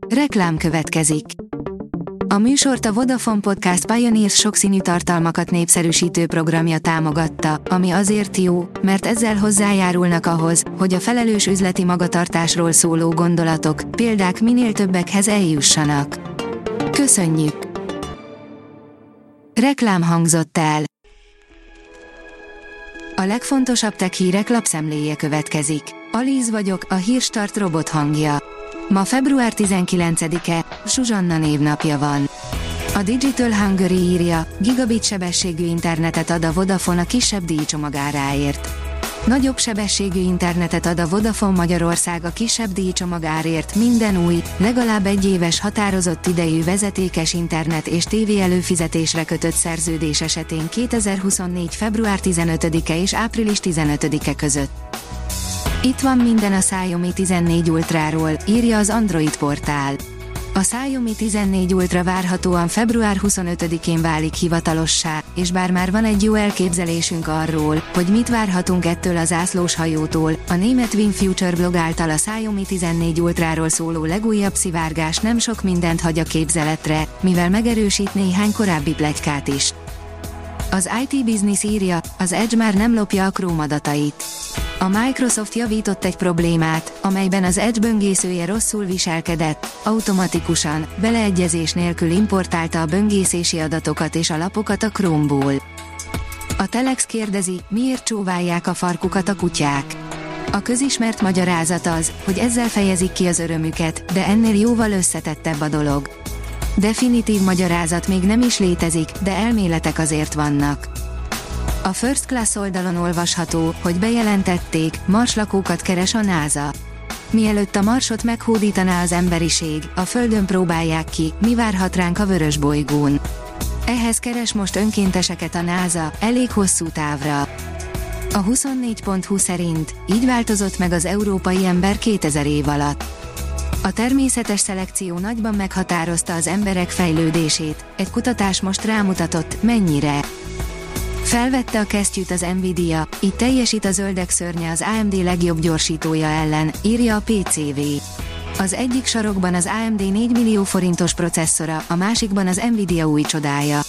Reklám következik. A műsort a Vodafone Podcast Pioneers sokszínű tartalmakat népszerűsítő programja támogatta, ami azért jó, mert ezzel hozzájárulnak ahhoz, hogy a felelős üzleti magatartásról szóló gondolatok, példák minél többekhez eljussanak. Köszönjük! Reklám hangzott el. A legfontosabb tech hírek lapszemléje következik. Alíz vagyok, a Hírstart robot hangja. Ma február 19-e, Zsuzsanna névnapja van. A Digital Hungary írja, gigabit sebességű internetet ad a Vodafone a kisebb díjcsomagáráért. Nagyobb sebességű internetet ad a Vodafone Magyarország a kisebb díjcsomagárért minden új, legalább 1 éves határozott idejű vezetékes internet és tévé előfizetésre kötött szerződés esetén 2024. február 15-e és április 15-e között. Itt van minden a Xiaomi 14 Ultráról, írja az Android portál. A Xiaomi 14 Ultra várhatóan február 25-én válik hivatalossá, és bár már van egy jó elképzelésünk arról, hogy mit várhatunk ettől az zászlós hajótól, a német WinFuture blog által a Xiaomi 14 Ultráról szóló legújabb szivárgás nem sok mindent hagy a képzeletre, mivel megerősít néhány korábbi pletykát is. Az IT Business írja, az Edge már nem lopja a Chrome adatait. A Microsoft javított egy problémát, amelyben az Edge böngészője rosszul viselkedett, automatikusan, beleegyezés nélkül importálta a böngészési adatokat és a lapokat a Chrome-ból. A Telex kérdezi, miért csóválják a farkukat a kutyák. A közismert magyarázat az, hogy ezzel fejezik ki az örömüket, de ennél jóval összetettebb a dolog. Definitív magyarázat még nem is létezik, de elméletek azért vannak. A First Class oldalon olvasható, hogy bejelentették, marslakókat keres a NASA. Mielőtt a Marsot meghódítaná az emberiség, a Földön próbálják ki, mi várhat ránk a vörös bolygón. Ehhez keres most önkénteseket a NASA, elég hosszú távra. A 24.hu szerint így változott meg az európai ember 2000 év alatt. A természetes szelekció nagyban meghatározta az emberek fejlődését, egy kutatás most rámutatott, mennyire. Felvette a kesztyűt az Nvidia, így teljesít a zöldek szörnye az AMD legjobb gyorsítója ellen, írja a PCV. Az egyik sarokban az AMD 4 millió forintos processzora, a másikban az Nvidia új csodája.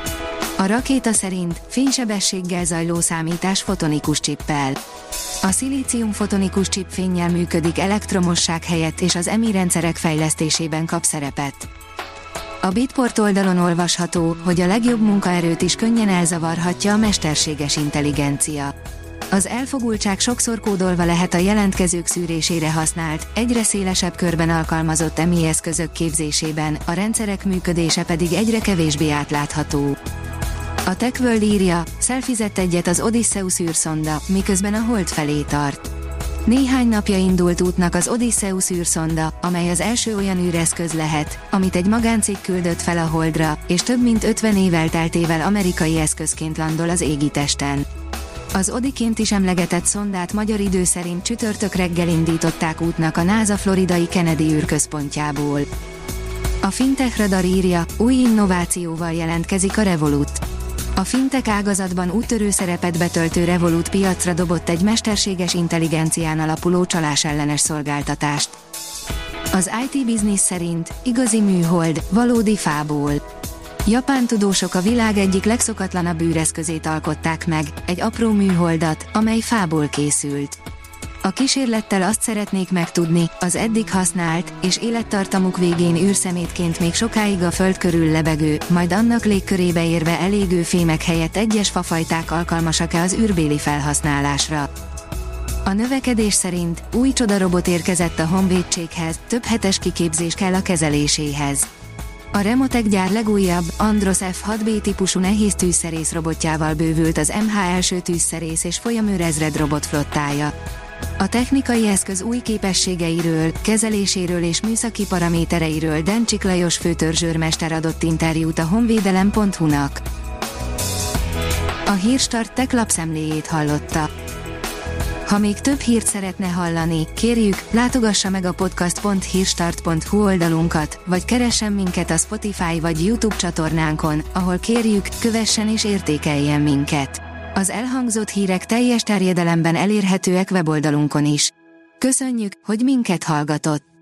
A rakéta szerint fénysebességgel zajló számítás fotonikus csippel. A szilícium fotonikus chip fénnyel működik elektromosság helyett és az EMI rendszerek fejlesztésében kap szerepet. A Bitport oldalon olvasható, hogy a legjobb munkaerőt is könnyen elzavarhatja a mesterséges intelligencia. Az elfogultság sokszor kódolva lehet a jelentkezők szűrésére használt, egyre szélesebb körben alkalmazott EMI eszközök képzésében, a rendszerek működése pedig egyre kevésbé átlátható. A TechWorld írja, szelfizett egyet az Odysseus űrszonda, miközben a Hold felé tart. Néhány napja indult útnak az Odysseus űrszonda, amely az első olyan űreszköz lehet, amit egy magáncég küldött fel a Holdra, és több mint 50 év elteltével amerikai eszközként landol az égitesten. Az Odiként is emlegetett szondát magyar idő szerint csütörtök reggel indították útnak a NASA floridai Kennedy űrközpontjából. A Fintech Radar írja, új innovációval jelentkezik a Revolut. A fintech ágazatban úttörő szerepet betöltő Revolut piacra dobott egy mesterséges intelligencián alapuló csalásellenes szolgáltatást. Az IT Business szerint igazi műhold, valódi fából. Japán tudósok a világ egyik legszokatlanabb űreszközét alkották meg, egy apró műholdat, amely fából készült. A kísérlettel azt szeretnék megtudni, az eddig használt, és élettartamuk végén űrszemétként még sokáig a Föld körül lebegő, majd annak légkörébe érve elégő fémek helyett egyes fafajták alkalmasak-e az űrbéli felhasználásra. A növekedés szerint új csodarobot érkezett a honvédséghez, több hetes kiképzés kell a kezeléséhez. A Remotech gyár legújabb, Andros F6B típusú nehéz tűzszerész robotjával bővült az MH első tűzszerész és folyamőrezred robotflottája. A technikai eszköz új képességeiről, kezeléséről és műszaki paramétereiről Dencsik Lajos főtörzsőrmester adott interjút a honvédelem.hu-nak. A Hírstart Tech lapszemléjét hallotta. Ha még több hírt szeretne hallani, kérjük, látogassa meg a podcast.hírstart.hu oldalunkat, vagy keressen minket a Spotify vagy YouTube csatornánkon, ahol kérjük, kövessen és értékeljen minket. Az elhangzott hírek teljes terjedelemben elérhetőek weboldalunkon is. Köszönjük, hogy minket hallgatott!